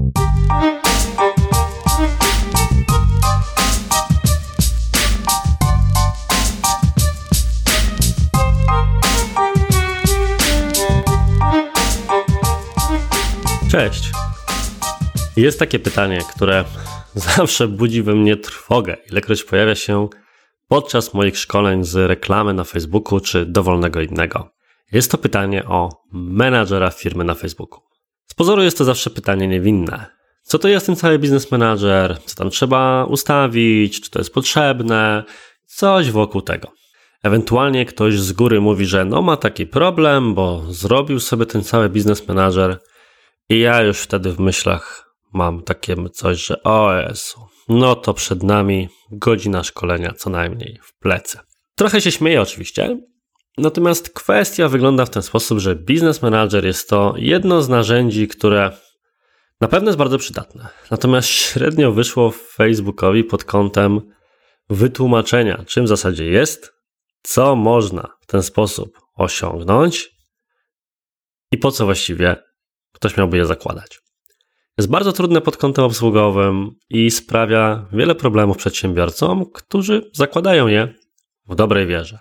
Cześć. Jest takie pytanie, które zawsze budzi we mnie trwogę, ilekroć pojawia się podczas moich szkoleń z reklamy na Facebooku czy dowolnego innego. Jest to pytanie o menadżera firmy na Facebooku. Z pozoru jest to zawsze pytanie niewinne. Co to jest ten cały biznes manager? Co tam trzeba ustawić? Czy to jest potrzebne? Coś wokół tego. Ewentualnie ktoś z góry mówi, że ma taki problem, bo zrobił sobie ten cały biznes manager i ja już wtedy w myślach mam takie coś, że o Jezu, to przed nami godzina szkolenia co najmniej w plecy. Trochę się śmieję oczywiście, natomiast kwestia wygląda w ten sposób, że biznes manager jest to jedno z narzędzi, które na pewno jest bardzo przydatne. Natomiast średnio wyszło Facebookowi pod kątem wytłumaczenia, czym w zasadzie jest, co można w ten sposób osiągnąć i po co właściwie ktoś miałby je zakładać. Jest bardzo trudne pod kątem obsługowym i sprawia wiele problemów przedsiębiorcom, którzy zakładają je w dobrej wierze.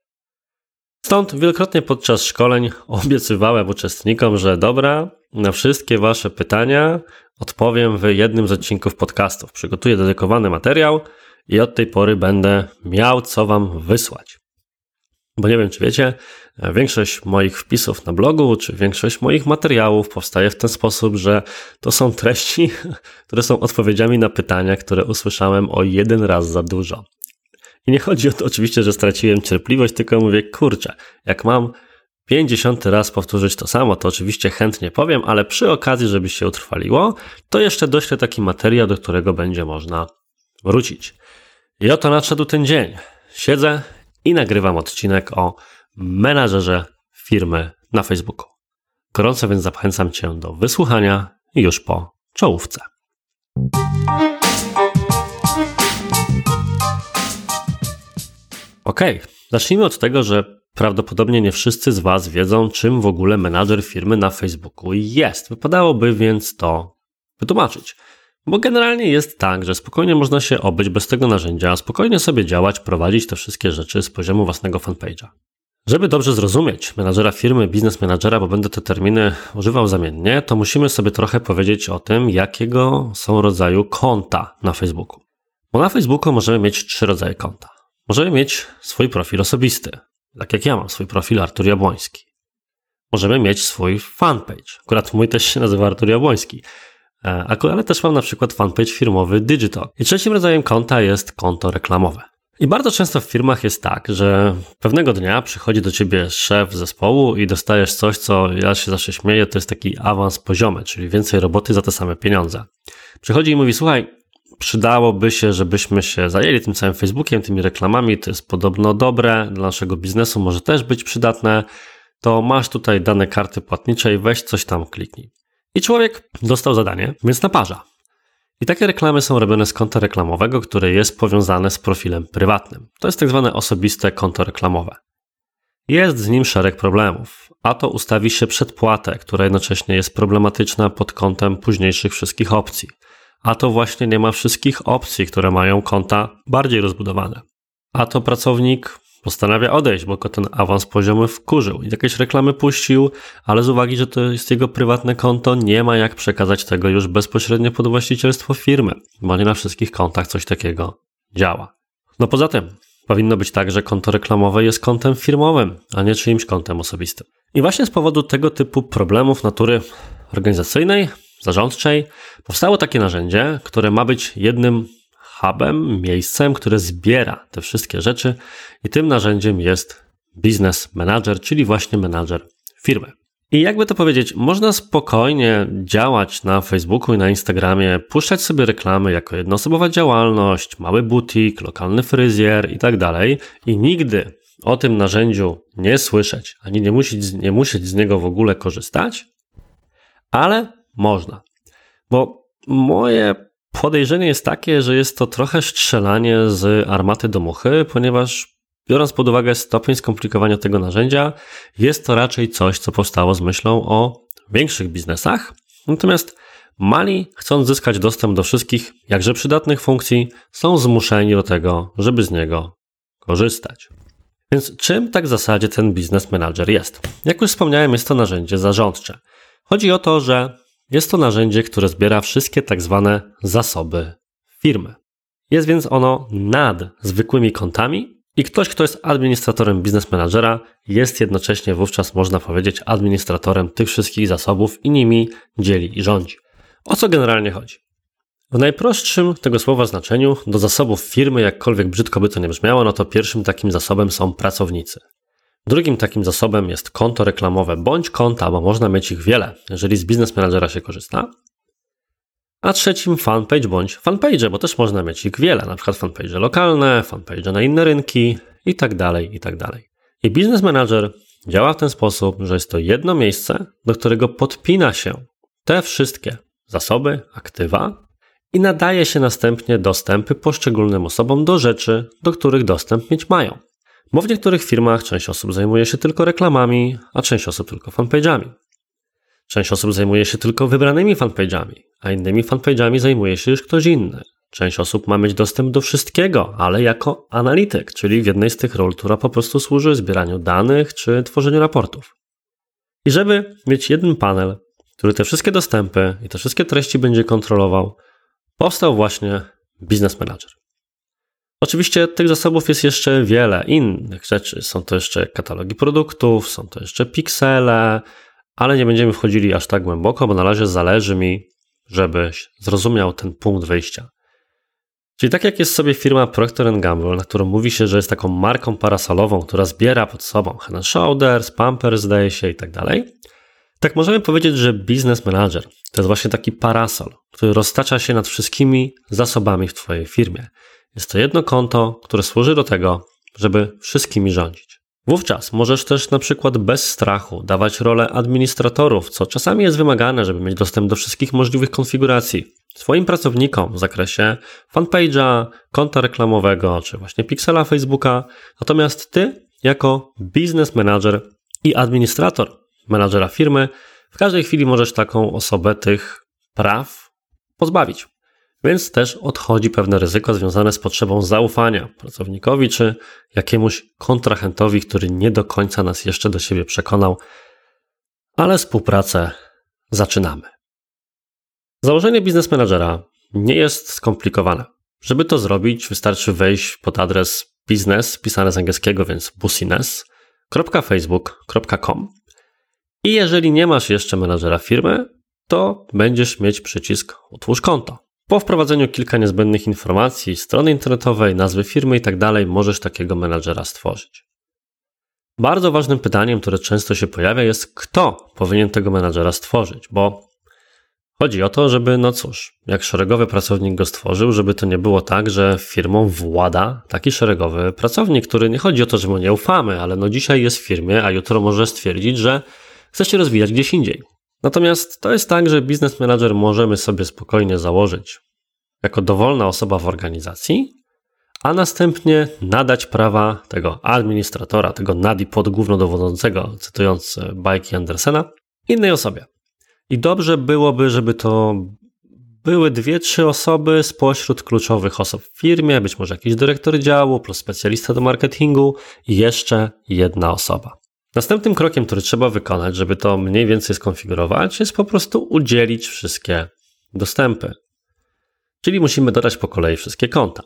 Stąd wielokrotnie podczas szkoleń obiecywałem uczestnikom, że dobra, na wszystkie wasze pytania odpowiem w jednym z odcinków podcastów. Przygotuję dedykowany materiał i od tej pory będę miał co wam wysłać. Bo nie wiem, czy wiecie, większość moich wpisów na blogu, czy większość moich materiałów powstaje w ten sposób, że to są treści, które są odpowiedziami na pytania, które usłyszałem o jeden raz za dużo. I nie chodzi o to oczywiście, że straciłem cierpliwość, tylko mówię, kurczę, jak mam 50 raz powtórzyć to samo, to oczywiście chętnie powiem, ale przy okazji, żeby się utrwaliło, to jeszcze doślę taki materiał, do którego będzie można wrócić. I oto nadszedł ten dzień. Siedzę i nagrywam odcinek o menadżerze firmy na Facebooku. Gorąco więc zachęcam Cię do wysłuchania już po czołówce. Zacznijmy od tego, że prawdopodobnie nie wszyscy z Was wiedzą, czym w ogóle menadżer firmy na Facebooku jest. Wypadałoby więc to wytłumaczyć. Bo generalnie jest tak, że spokojnie można się obyć bez tego narzędzia, spokojnie sobie działać, prowadzić te wszystkie rzeczy z poziomu własnego fanpage'a. Żeby dobrze zrozumieć menadżera firmy, biznes managera, bo będę te terminy używał zamiennie, to musimy sobie trochę powiedzieć o tym, jakiego są rodzaju konta na Facebooku. Bo na Facebooku możemy mieć 3 rodzaje konta. Możemy mieć swój profil osobisty, tak jak ja mam swój profil Artur Jabłoński. Możemy mieć swój fanpage, akurat mój też się nazywa Artur Jabłoński. Ale też mam na przykład fanpage firmowy Digital. I trzecim rodzajem konta jest konto reklamowe. I bardzo często w firmach jest tak, że pewnego dnia przychodzi do ciebie szef zespołu i dostajesz coś, co ja się zawsze śmieję, to jest taki awans poziomy, czyli więcej roboty za te same pieniądze. Przychodzi i mówi, słuchaj, przydałoby się, żebyśmy się zajęli tym całym Facebookiem, tymi reklamami, to jest podobno dobre, dla naszego biznesu może też być przydatne, to masz tutaj dane karty płatniczej, weź coś tam kliknij. I człowiek dostał zadanie, więc naparza. I takie reklamy są robione z konta reklamowego, które jest powiązane z profilem prywatnym. To jest tak zwane osobiste konto reklamowe. Jest z nim szereg problemów, a to ustawi się przedpłatę, która jednocześnie jest problematyczna pod kątem późniejszych wszystkich opcji. A to właśnie nie ma wszystkich opcji, które mają konta bardziej rozbudowane. A to pracownik postanawia odejść, bo go ten awans poziomy wkurzył i jakieś reklamy puścił, ale z uwagi, że to jest jego prywatne konto, nie ma jak przekazać tego już bezpośrednio pod właścicielstwo firmy, bo nie na wszystkich kontach coś takiego działa. Poza tym powinno być tak, że konto reklamowe jest kontem firmowym, a nie czyimś kontem osobistym. I właśnie z powodu tego typu problemów natury organizacyjnej, zarządczej, powstało takie narzędzie, które ma być jednym hubem, miejscem, które zbiera te wszystkie rzeczy i tym narzędziem jest Business Manager, czyli właśnie menadżer firmy. I jakby to powiedzieć, można spokojnie działać na Facebooku i na Instagramie, puszczać sobie reklamy jako jednoosobowa działalność, mały butik, lokalny fryzjer i tak dalej i nigdy o tym narzędziu nie słyszeć, ani nie musieć z niego w ogóle korzystać, ale można. Bo moje podejrzenie jest takie, że jest to trochę strzelanie z armaty do muchy, ponieważ biorąc pod uwagę stopień skomplikowania tego narzędzia, jest to raczej coś, co powstało z myślą o większych biznesach. Natomiast Mali, chcąc zyskać dostęp do wszystkich jakże przydatnych funkcji, są zmuszeni do tego, żeby z niego korzystać. Więc czym tak w zasadzie ten Business Manager jest? Jak już wspomniałem, jest to narzędzie zarządcze. Chodzi o to, że jest to narzędzie, które zbiera wszystkie tak zwane zasoby firmy. Jest więc ono nad zwykłymi kontami i ktoś, kto jest administratorem Business Managera, jest jednocześnie wówczas, można powiedzieć, administratorem tych wszystkich zasobów i nimi dzieli i rządzi. O co generalnie chodzi? W najprostszym tego słowa znaczeniu do zasobów firmy, jakkolwiek brzydko by to nie brzmiało, no to pierwszym takim zasobem są pracownicy. Drugim takim zasobem jest konto reklamowe bądź konta, bo można mieć ich wiele, jeżeli z Business Managera się korzysta. A trzecim fanpage bądź fanpage, bo też można mieć ich wiele, na przykład fanpage lokalne, fanpage na inne rynki itd. I Business Manager działa w ten sposób, że jest to jedno miejsce, do którego podpina się te wszystkie zasoby, aktywa i nadaje się następnie dostępy poszczególnym osobom do rzeczy, do których dostęp mieć mają. Bo w niektórych firmach część osób zajmuje się tylko reklamami, a część osób tylko fanpage'ami. Część osób zajmuje się tylko wybranymi fanpage'ami, a innymi fanpage'ami zajmuje się już ktoś inny. Część osób ma mieć dostęp do wszystkiego, ale jako analityk, czyli w jednej z tych ról, która po prostu służy zbieraniu danych czy tworzeniu raportów. I żeby mieć jeden panel, który te wszystkie dostępy i te wszystkie treści będzie kontrolował, powstał właśnie Business Manager. Oczywiście tych zasobów jest jeszcze wiele innych rzeczy. Są to jeszcze katalogi produktów, są to jeszcze piksele, ale nie będziemy wchodzili aż tak głęboko, bo na razie zależy mi, żebyś zrozumiał ten punkt wyjścia. Czyli tak jak jest sobie firma Procter & Gamble, na którą mówi się, że jest taką marką parasolową, która zbiera pod sobą Head & Shoulders, Pampers zdaje się i tak dalej, tak możemy powiedzieć, że Business Manager to jest właśnie taki parasol, który roztacza się nad wszystkimi zasobami w Twojej firmie. Jest to jedno konto, które służy do tego, żeby wszystkimi rządzić. Wówczas możesz też na przykład bez strachu dawać rolę administratorów, co czasami jest wymagane, żeby mieć dostęp do wszystkich możliwych konfiguracji swoim pracownikom w zakresie fanpage'a, konta reklamowego, czy właśnie piksela Facebooka. Natomiast ty, jako Business Manager i administrator menadżera firmy, w każdej chwili możesz taką osobę tych praw pozbawić. Więc też odchodzi pewne ryzyko związane z potrzebą zaufania pracownikowi czy jakiemuś kontrahentowi, który nie do końca nas jeszcze do siebie przekonał, ale współpracę zaczynamy. Założenie Business Managera nie jest skomplikowane. Żeby to zrobić, wystarczy wejść pod adres business, pisane z angielskiego, więc business.facebook.com i jeżeli nie masz jeszcze menadżera firmy, to będziesz mieć przycisk Utwórz konto. Po wprowadzeniu kilka niezbędnych informacji, strony internetowej, nazwy firmy itd. możesz takiego menadżera stworzyć. Bardzo ważnym pytaniem, które często się pojawia, jest kto powinien tego menadżera stworzyć, bo chodzi o to, żeby, jak szeregowy pracownik go stworzył, żeby to nie było tak, że firmą włada taki szeregowy pracownik, który nie chodzi o to, że mu nie ufamy, ale dzisiaj jest w firmie, a jutro może stwierdzić, że chce się rozwijać gdzieś indziej. Natomiast to jest tak, że Business Manager możemy sobie spokojnie założyć jako dowolna osoba w organizacji, a następnie nadać prawa tego administratora, tego nadi podgłównodowodzącego, cytując bajki Andersena, innej osobie. I dobrze byłoby, żeby to były 2-3 osoby spośród kluczowych osób w firmie, być może jakiś dyrektor działu plus specjalista do marketingu i jeszcze jedna osoba. Następnym krokiem, który trzeba wykonać, żeby to mniej więcej skonfigurować, jest po prostu udzielić wszystkie dostępy. Czyli musimy dodać po kolei wszystkie konta.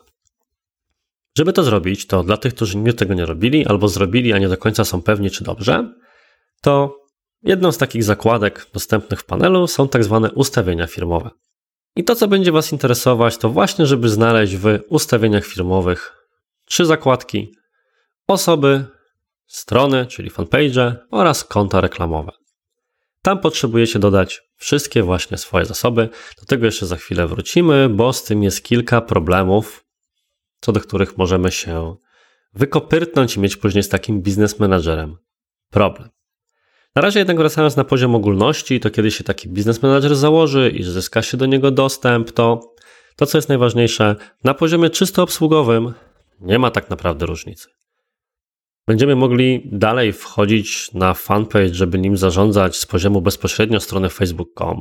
Żeby to zrobić, to dla tych, którzy nigdy tego nie robili albo zrobili, a nie do końca są pewni, czy dobrze, to jedną z takich zakładek dostępnych w panelu są tak zwane ustawienia firmowe. I to, co będzie Was interesować, to właśnie, żeby znaleźć w ustawieniach firmowych 3 zakładki: osoby, strony, czyli fanpage oraz konta reklamowe. Tam potrzebujecie dodać wszystkie właśnie swoje zasoby. Do tego jeszcze za chwilę wrócimy, bo z tym jest kilka problemów, co do których możemy się wykopyrtnąć i mieć później z takim Business Managerem problem. Na razie jednak wracając na poziom ogólności, to kiedy się taki Business Manager założy i zyska się do niego dostęp, to co jest najważniejsze, na poziomie czysto obsługowym nie ma tak naprawdę różnicy. Będziemy mogli dalej wchodzić na fanpage, żeby nim zarządzać z poziomu bezpośrednio strony facebook.com.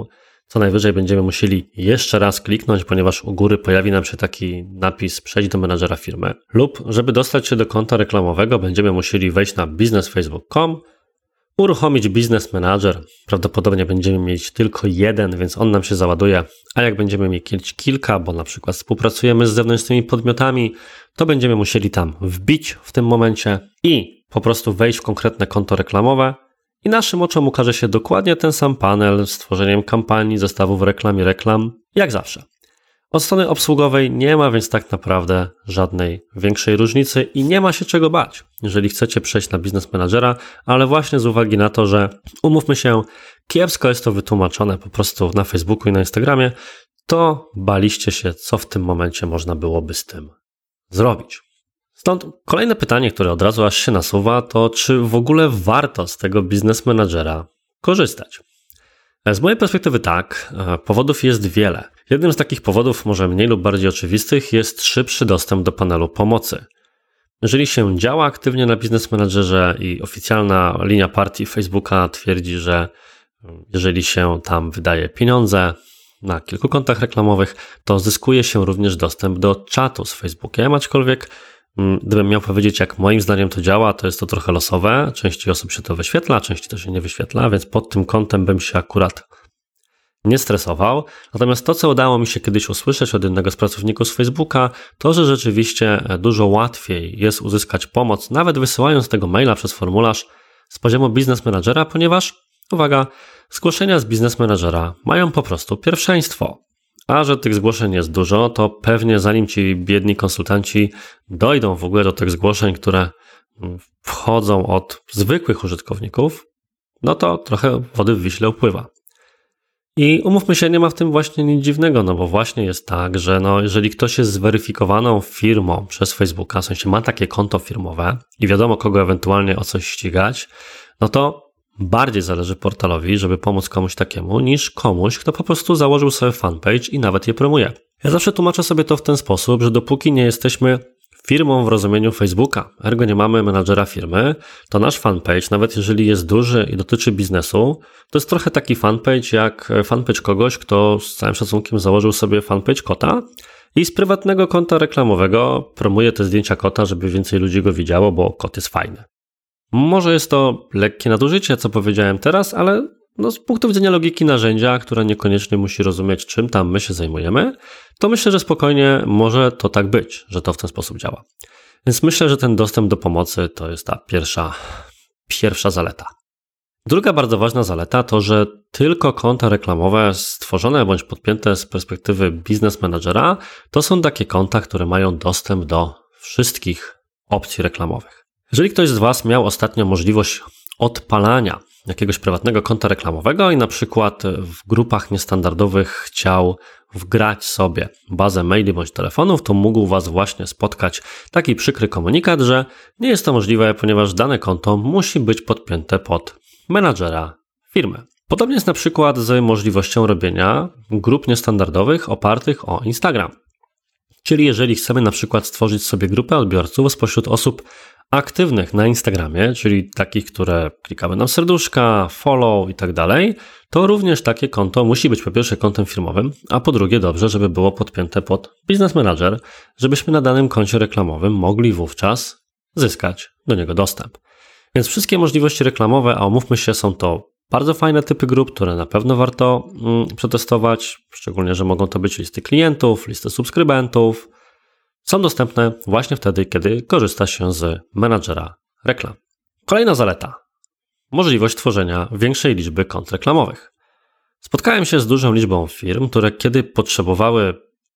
Co najwyżej będziemy musieli jeszcze raz kliknąć, ponieważ u góry pojawi nam się taki napis przejdź do menadżera firmy. Lub żeby dostać się do konta reklamowego, będziemy musieli wejść na biznesfacebook.com, uruchomić Business Manager. Prawdopodobnie będziemy mieć tylko jeden, więc on nam się załaduje, a jak będziemy mieć kilka, bo na przykład współpracujemy z zewnętrznymi podmiotami, to będziemy musieli tam wbić w tym momencie i po prostu wejść w konkretne konto reklamowe i naszym oczom ukaże się dokładnie ten sam panel z tworzeniem kampanii, zestawów reklam i reklam, jak zawsze. Od strony obsługowej nie ma więc tak naprawdę żadnej większej różnicy i nie ma się czego bać, jeżeli chcecie przejść na Business Managera, ale właśnie z uwagi na to, że umówmy się, kiepsko jest to wytłumaczone po prostu na Facebooku i na Instagramie, to baliście się, co w tym momencie można byłoby z tym zrobić. Stąd kolejne pytanie, które od razu aż się nasuwa, to czy w ogóle warto z tego Business Managera korzystać? Z mojej perspektywy tak, powodów jest wiele. Jednym z takich powodów, może mniej lub bardziej oczywistych, jest szybszy dostęp do panelu pomocy. Jeżeli się działa aktywnie na Business Managerze i oficjalna linia partii Facebooka twierdzi, że jeżeli się tam wydaje pieniądze na kilku kontach reklamowych, to zyskuje się również dostęp do czatu z Facebookiem, aczkolwiek gdybym miał powiedzieć, jak moim zdaniem to działa, to jest to trochę losowe. Części osób się to wyświetla, części to się nie wyświetla, więc pod tym kątem bym się akurat nie stresował. Natomiast to, co udało mi się kiedyś usłyszeć od jednego z pracowników z Facebooka, to, że rzeczywiście dużo łatwiej jest uzyskać pomoc, nawet wysyłając tego maila przez formularz z poziomu Business Managera, ponieważ, uwaga, zgłoszenia z Business Managera mają po prostu pierwszeństwo. A że tych zgłoszeń jest dużo, to pewnie zanim ci biedni konsultanci dojdą w ogóle do tych zgłoszeń, które wchodzą od zwykłych użytkowników, no to trochę wody w Wiśle upływa. I umówmy się, nie ma w tym właśnie nic dziwnego, no bo właśnie jest tak, że jeżeli ktoś jest zweryfikowaną firmą przez Facebooka, w sensie ma takie konto firmowe i wiadomo kogo ewentualnie o coś ścigać, no to bardziej zależy portalowi, żeby pomóc komuś takiemu, niż komuś, kto po prostu założył sobie fanpage i nawet je promuje. Ja zawsze tłumaczę sobie to w ten sposób, że dopóki nie jesteśmy firmą w rozumieniu Facebooka, ergo nie mamy menadżera firmy, to nasz fanpage, nawet jeżeli jest duży i dotyczy biznesu, to jest trochę taki fanpage jak fanpage kogoś, kto z całym szacunkiem założył sobie fanpage kota i z prywatnego konta reklamowego promuje te zdjęcia kota, żeby więcej ludzi go widziało, bo kot jest fajny. Może jest to lekkie nadużycie, co powiedziałem teraz, ale z punktu widzenia logiki narzędzia, które niekoniecznie musi rozumieć, czym tam my się zajmujemy, to myślę, że spokojnie może to tak być, że to w ten sposób działa. Więc myślę, że ten dostęp do pomocy to jest ta pierwsza zaleta. Druga bardzo ważna zaleta to, że tylko konta reklamowe stworzone bądź podpięte z perspektywy Business Managera to są takie konta, które mają dostęp do wszystkich opcji reklamowych. Jeżeli ktoś z Was miał ostatnio możliwość odpalania jakiegoś prywatnego konta reklamowego i na przykład w grupach niestandardowych chciał wgrać sobie bazę maili bądź telefonów, to mógł Was właśnie spotkać taki przykry komunikat, że nie jest to możliwe, ponieważ dane konto musi być podpięte pod menadżera firmy. Podobnie jest na przykład z możliwością robienia grup niestandardowych opartych o Instagram. Czyli jeżeli chcemy na przykład stworzyć sobie grupę odbiorców spośród osób aktywnych na Instagramie, czyli takich, które klikały nam serduszka, follow i tak dalej, to również takie konto musi być po pierwsze kontem firmowym, a po drugie dobrze, żeby było podpięte pod Business Manager, żebyśmy na danym koncie reklamowym mogli wówczas zyskać do niego dostęp. Więc wszystkie możliwości reklamowe, a umówmy się, są to bardzo fajne typy grup, które na pewno warto przetestować, szczególnie, że mogą to być listy klientów, listy subskrybentów. Są dostępne właśnie wtedy, kiedy korzysta się z menadżera reklam. Kolejna zaleta. Możliwość tworzenia większej liczby kont reklamowych. Spotkałem się z dużą liczbą firm, które kiedy potrzebowały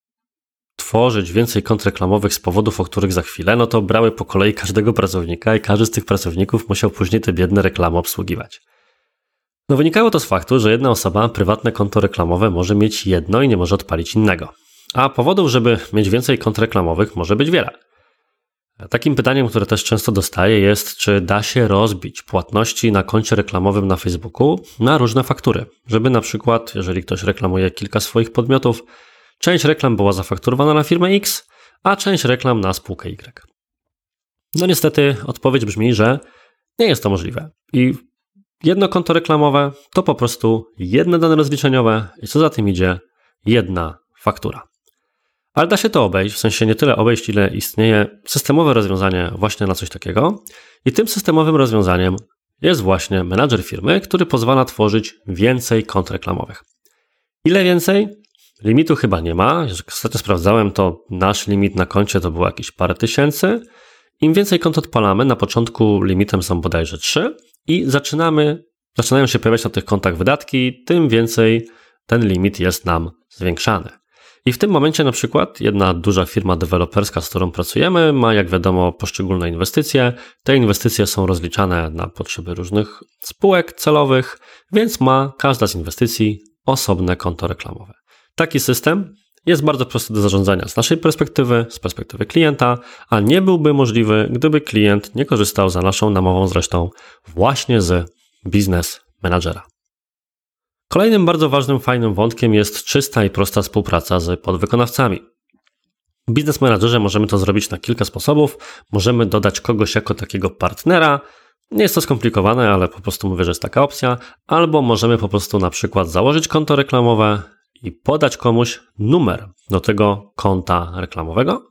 tworzyć więcej kont reklamowych z powodów, o których za chwilę, no to brały po kolei każdego pracownika i każdy z tych pracowników musiał później te biedne reklamy obsługiwać. Wynikało to z faktu, że jedna osoba prywatne konto reklamowe może mieć jedno i nie może odpalić innego. A powodów, żeby mieć więcej kont reklamowych może być wiele. Takim pytaniem, które też często dostaję jest, czy da się rozbić płatności na koncie reklamowym na Facebooku na różne faktury, żeby na przykład, jeżeli ktoś reklamuje kilka swoich podmiotów, część reklam była zafakturowana na firmę X, a część reklam na spółkę Y. Niestety odpowiedź brzmi, że nie jest to możliwe i jedno konto reklamowe to po prostu jedne dane rozliczeniowe i co za tym idzie, jedna faktura. Ale da się to obejść, w sensie nie tyle obejść, ile istnieje systemowe rozwiązanie właśnie na coś takiego i tym systemowym rozwiązaniem jest właśnie menadżer firmy, który pozwala tworzyć więcej kont reklamowych. Ile więcej? Limitu chyba nie ma. Jak ostatnio sprawdzałem, to nasz limit na koncie to było jakieś parę tysięcy. Im więcej kont odpalamy, na początku limitem są bodajże 3 i zaczynają się pojawiać na tych kontach wydatki, tym więcej ten limit jest nam zwiększany. I w tym momencie na przykład jedna duża firma deweloperska, z którą pracujemy, ma jak wiadomo poszczególne inwestycje. Te inwestycje są rozliczane na potrzeby różnych spółek celowych, więc ma każda z inwestycji osobne konto reklamowe. Taki system jest bardzo prosty do zarządzania z naszej perspektywy, z perspektywy klienta, a nie byłby możliwy, gdyby klient nie korzystał za naszą namową zresztą właśnie z Business Managera. Kolejnym bardzo ważnym, fajnym wątkiem jest czysta i prosta współpraca z podwykonawcami. W Business Managerze możemy to zrobić na kilka sposobów. Możemy dodać kogoś jako takiego partnera. Nie jest to skomplikowane, ale po prostu mówię, że jest taka opcja. Albo możemy po prostu na przykład założyć konto reklamowe i podać komuś numer do tego konta reklamowego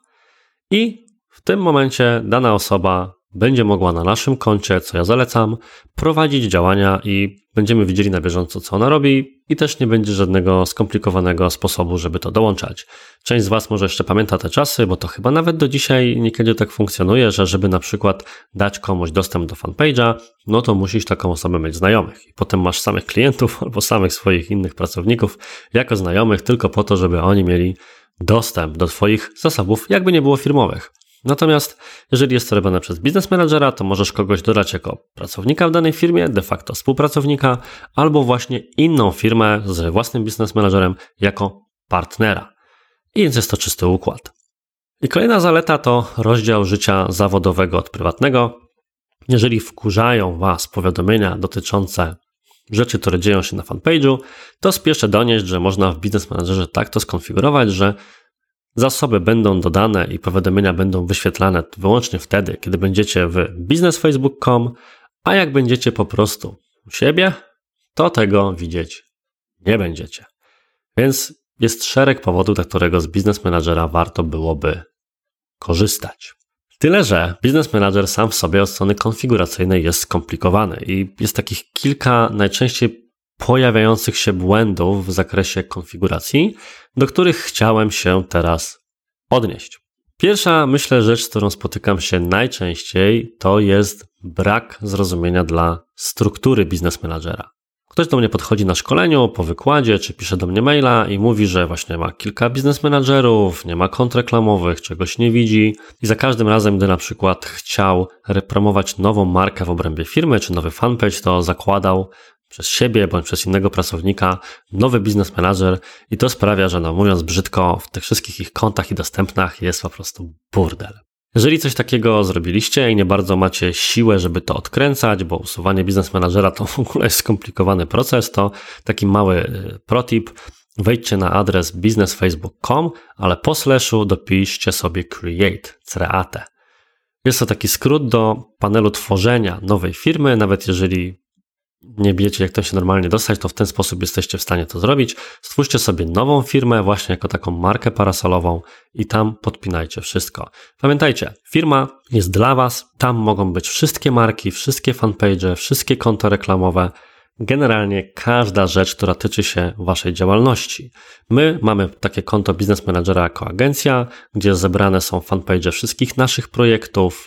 i w tym momencie dana osoba będzie mogła na naszym koncie, co ja zalecam, prowadzić działania i będziemy widzieli na bieżąco, co ona robi i też nie będzie żadnego skomplikowanego sposobu, żeby to dołączać. Część z Was może jeszcze pamięta te czasy, bo to chyba nawet do dzisiaj niekiedy tak funkcjonuje, że żeby na przykład dać komuś dostęp do fanpage'a, no to musisz taką osobę mieć znajomych i potem masz samych klientów albo samych swoich innych pracowników jako znajomych tylko po to, żeby oni mieli dostęp do Twoich zasobów, jakby nie było firmowych. Natomiast jeżeli jest to robione przez Business Managera, to możesz kogoś dodać jako pracownika w danej firmie, de facto współpracownika, albo właśnie inną firmę z własnym Business Managerem jako partnera. I więc jest to czysty układ. I kolejna zaleta to rozdział życia zawodowego od prywatnego. Jeżeli wkurzają Was powiadomienia dotyczące rzeczy, które dzieją się na fanpage'u, to spieszę donieść, że można w Business Managerze tak to skonfigurować, że zasoby będą dodane i powiadomienia będą wyświetlane wyłącznie wtedy, kiedy będziecie w businessfacebook.com, a jak będziecie po prostu u siebie, to tego widzieć nie będziecie. Więc jest szereg powodów, dla którego z Business Managera warto byłoby korzystać. Tyle, że Business Manager sam w sobie od strony konfiguracyjnej jest skomplikowany i jest takich kilka najczęściej pojawiających się błędów w zakresie konfiguracji, do których chciałem się teraz odnieść. Pierwsza, myślę, rzecz, z którą spotykam się najczęściej, to jest brak zrozumienia dla struktury Business Managera. Ktoś do mnie podchodzi na szkoleniu, po wykładzie, czy pisze do mnie maila i mówi, że właśnie ma kilka Business Managerów, nie ma kont reklamowych, czegoś nie widzi i za każdym razem, gdy na przykład chciał repromować nową markę w obrębie firmy, czy nowy fanpage, to zakładał przez siebie bądź przez innego pracownika nowy Business Manager i to sprawia, że no mówiąc brzydko, w tych wszystkich ich kontach i dostępnach jest po prostu burdel. Jeżeli coś takiego zrobiliście i nie bardzo macie siłę, żeby to odkręcać, bo usuwanie Business Managera to w ogóle jest skomplikowany proces, to taki mały protip, wejdźcie na adres businessfacebook.com, ale po slashu dopiszcie sobie create. Jest to taki skrót do panelu tworzenia nowej firmy, nawet jeżeli nie wiecie, jak to się normalnie dostać, to w ten sposób jesteście w stanie to zrobić. Stwórzcie sobie nową firmę właśnie jako taką markę parasolową i tam podpinajcie wszystko. Pamiętajcie, firma jest dla Was, tam mogą być wszystkie marki, wszystkie fanpage, wszystkie konta reklamowe, generalnie każda rzecz, która tyczy się Waszej działalności. My mamy takie konto Business Managera jako agencja, gdzie zebrane są fanpage wszystkich naszych projektów,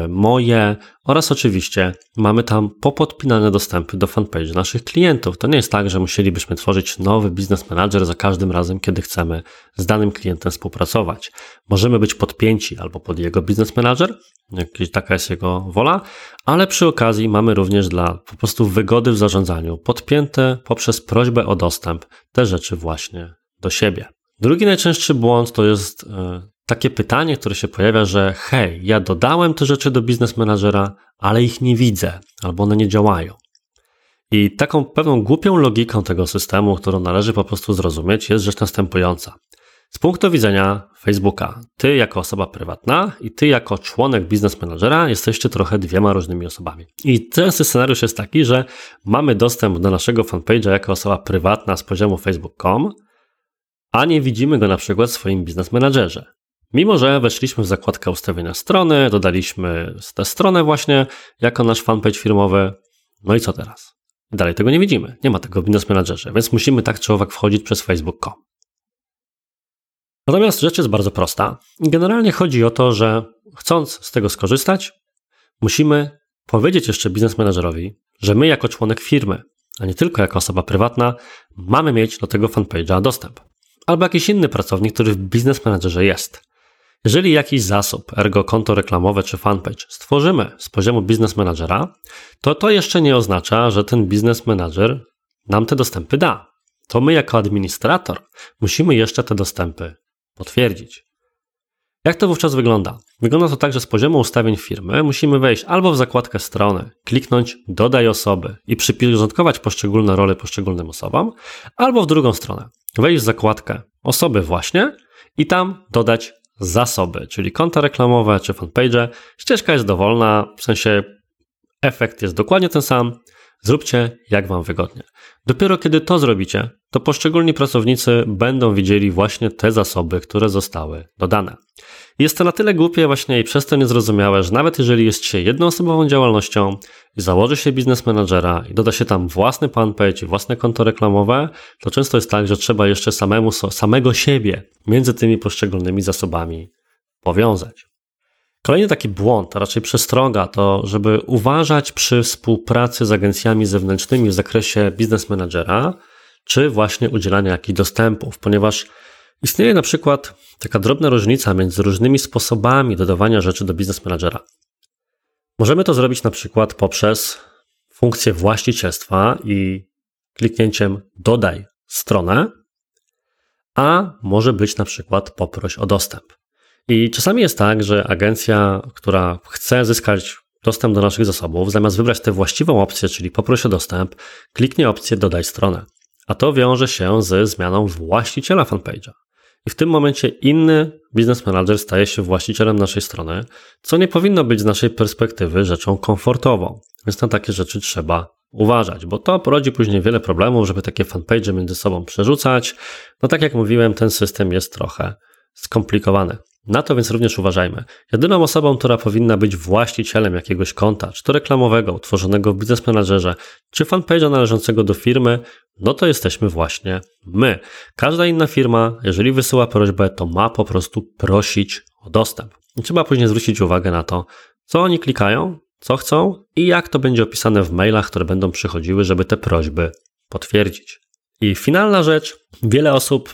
moje oraz oczywiście mamy tam popodpinane dostępy do fanpage naszych klientów. To nie jest tak, że musielibyśmy tworzyć nowy Business Manager za każdym razem, kiedy chcemy z danym klientem współpracować. Możemy być podpięci albo pod jego Business Manager, taka jest jego wola, ale przy okazji mamy również dla po prostu wygody w zarządzaniu podpięte poprzez prośbę o dostęp te rzeczy właśnie do siebie. Drugi najczęstszy błąd to jest takie pytanie, które się pojawia, że hej, ja dodałem te rzeczy do Business Managera, ale ich nie widzę, albo one nie działają. I taką pewną głupią logiką tego systemu, którą należy po prostu zrozumieć, jest rzecz następująca. Z punktu widzenia Facebooka, ty jako osoba prywatna i ty jako członek biznes managera jesteście trochę dwiema różnymi osobami. I częsty scenariusz jest taki, że mamy dostęp do naszego fanpage'a jako osoba prywatna z poziomu facebook.com, a nie widzimy go na przykład w swoim biznes managerze. Mimo że weszliśmy w zakładkę ustawienia strony, dodaliśmy tę stronę właśnie jako nasz fanpage firmowy, no i co teraz? Dalej tego nie widzimy, nie ma tego w biznes managerze, więc musimy tak czy owak wchodzić przez facebook.com. Natomiast rzecz jest bardzo prosta. Generalnie chodzi o to, że chcąc z tego skorzystać, musimy powiedzieć jeszcze biznes managerowi, że my jako członek firmy, a nie tylko jako osoba prywatna, mamy mieć do tego fanpage'a dostęp. Albo jakiś inny pracownik, który w biznes managerze jest. Jeżeli jakiś zasób, ergo konto reklamowe czy fanpage stworzymy z poziomu biznes managera, to jeszcze nie oznacza, że ten biznes manager nam te dostępy da. To my jako administrator musimy jeszcze te dostępy potwierdzić. Jak to wówczas wygląda? Wygląda to tak, że z poziomu ustawień firmy musimy wejść albo w zakładkę strony, kliknąć dodaj osoby i przyporządkować poszczególne role poszczególnym osobom, albo w drugą stronę, wejść w zakładkę osoby właśnie i tam dodać zasoby, czyli konta reklamowe czy fanpage. Ścieżka jest dowolna, w sensie efekt jest dokładnie ten sam. Zróbcie jak wam wygodnie. Dopiero kiedy to zrobicie, to poszczególni pracownicy będą widzieli właśnie te zasoby, które zostały dodane. Jest to na tyle głupie właśnie i przez to niezrozumiałe, że nawet jeżeli jest się jednoosobową działalnością i założy się biznes managera i doda się tam własny fanpage i własne konto reklamowe, to często jest tak, że trzeba jeszcze samego siebie między tymi poszczególnymi zasobami powiązać. Kolejny taki błąd, a raczej przestroga, to żeby uważać przy współpracy z agencjami zewnętrznymi w zakresie biznes managera, czy właśnie udzielania jakichś dostępów, ponieważ istnieje na przykład taka drobna różnica między różnymi sposobami dodawania rzeczy do biznes managera. Możemy to zrobić na przykład poprzez funkcję właścicielstwa i kliknięciem dodaj stronę, a może być na przykład poproś o dostęp. I czasami jest tak, że agencja, która chce zyskać dostęp do naszych zasobów, zamiast wybrać tę właściwą opcję, czyli poproś o dostęp, kliknie opcję dodaj stronę. A to wiąże się ze zmianą właściciela fanpage'a. I w tym momencie inny biznes manager staje się właścicielem naszej strony, co nie powinno być z naszej perspektywy rzeczą komfortową. Więc na takie rzeczy trzeba uważać, bo to porodzi później wiele problemów, żeby takie fanpage'y między sobą przerzucać. No tak jak mówiłem, ten system jest trochę skomplikowany. Na to więc również uważajmy. Jedyną osobą, która powinna być właścicielem jakiegoś konta, czy to reklamowego, utworzonego w biznes managerze, czy fanpage'a należącego do firmy, no to jesteśmy właśnie my. Każda inna firma, jeżeli wysyła prośbę, to ma po prostu prosić o dostęp. I trzeba później zwrócić uwagę na to, co oni klikają, co chcą i jak to będzie opisane w mailach, które będą przychodziły, żeby te prośby potwierdzić. I finalna rzecz, wiele osób,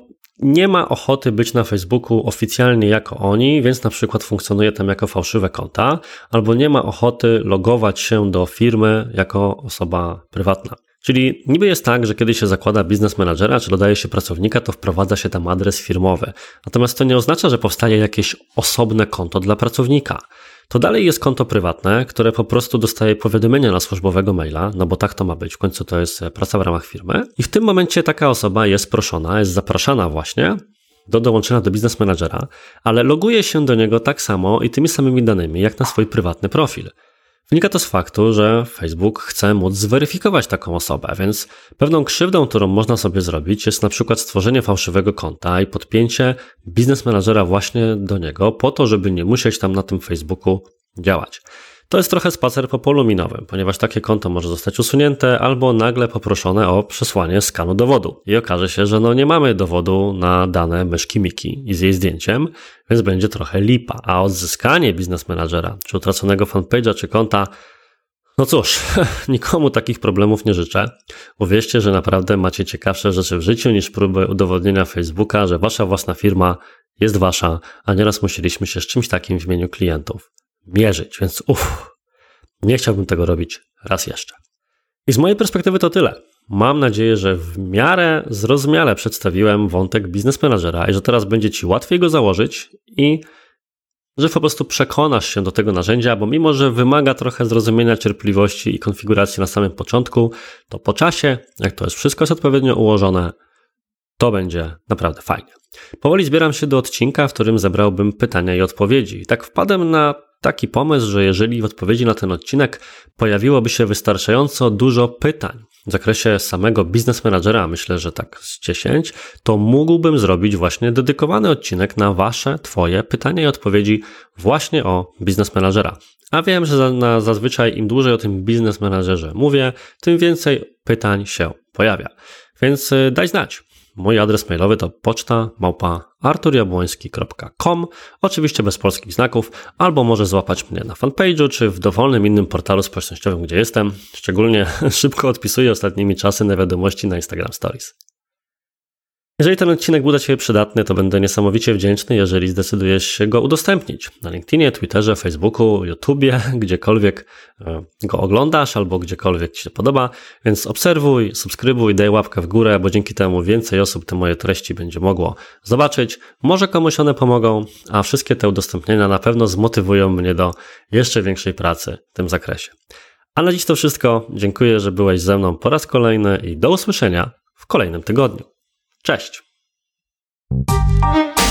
nie ma ochoty być na Facebooku oficjalnie jako oni, więc na przykład funkcjonuje tam jako fałszywe konta, albo nie ma ochoty logować się do firmy jako osoba prywatna. Czyli niby jest tak, że kiedy się zakłada biznes managera, czy dodaje się pracownika, to wprowadza się tam adres firmowy. Natomiast to nie oznacza, że powstaje jakieś osobne konto dla pracownika. To dalej jest konto prywatne, które po prostu dostaje powiadomienia na służbowego maila, no bo tak to ma być, w końcu to jest praca w ramach firmy. I w tym momencie taka osoba jest proszona, jest zapraszana właśnie do dołączenia do biznes managera, ale loguje się do niego tak samo i tymi samymi danymi jak na swój prywatny profil. Wynika to z faktu, że Facebook chce móc zweryfikować taką osobę, więc pewną krzywdą, którą można sobie zrobić, jest na przykład stworzenie fałszywego konta i podpięcie biznes managera właśnie do niego po to, żeby nie musieć tam na tym Facebooku działać. To jest trochę spacer po polu minowym, ponieważ takie konto może zostać usunięte albo nagle poproszone o przesłanie skanu dowodu. I okaże się, że nie mamy dowodu na dane myszki Miki i z jej zdjęciem, więc będzie trochę lipa. A odzyskanie biznes managera, czy utraconego fanpage'a, czy konta, no cóż, nikomu takich problemów nie życzę. Uwierzcie, że naprawdę macie ciekawsze rzeczy w życiu niż próby udowodnienia Facebooka, że wasza własna firma jest wasza, a nieraz musieliśmy się z czymś takim w imieniu klientów mierzyć, więc nie chciałbym tego robić raz jeszcze. I z mojej perspektywy to tyle. Mam nadzieję, że w miarę zrozumiale przedstawiłem wątek biznes managera i że teraz będzie ci łatwiej go założyć i że po prostu przekonasz się do tego narzędzia, bo mimo, że wymaga trochę zrozumienia, cierpliwości i konfiguracji na samym początku, to po czasie, jak to jest wszystko jest odpowiednio ułożone, To będzie naprawdę fajnie. Powoli zbieram się do odcinka, w którym zebrałbym pytania i odpowiedzi. I tak wpadłem na taki pomysł, że jeżeli w odpowiedzi na ten odcinek pojawiłoby się wystarczająco dużo pytań w zakresie samego Business Managera, myślę, że tak z 10, to mógłbym zrobić właśnie dedykowany odcinek na Twoje pytania i odpowiedzi właśnie o Business Managera. A wiem, że zazwyczaj im dłużej o tym Business Managerze mówię, tym więcej pytań się pojawia. Więc daj znać. Mój adres mailowy to poczta@arturjabłoński.com, oczywiście bez polskich znaków, albo może złapać mnie na fanpage'u, czy w dowolnym innym portalu społecznościowym, gdzie jestem. Szczególnie szybko odpisuję ostatnimi czasy na wiadomości na Instagram Stories. Jeżeli ten odcinek był dla Ciebie przydatny, to będę niesamowicie wdzięczny, jeżeli zdecydujesz się go udostępnić na LinkedInie, Twitterze, Facebooku, YouTubie, gdziekolwiek go oglądasz albo gdziekolwiek Ci się podoba, więc obserwuj, subskrybuj, daj łapkę w górę, bo dzięki temu więcej osób te moje treści będzie mogło zobaczyć. Może komuś one pomogą, a wszystkie te udostępnienia na pewno zmotywują mnie do jeszcze większej pracy w tym zakresie. A na dziś to wszystko. Dziękuję, że byłeś ze mną po raz kolejny i do usłyszenia w kolejnym tygodniu. Cześć!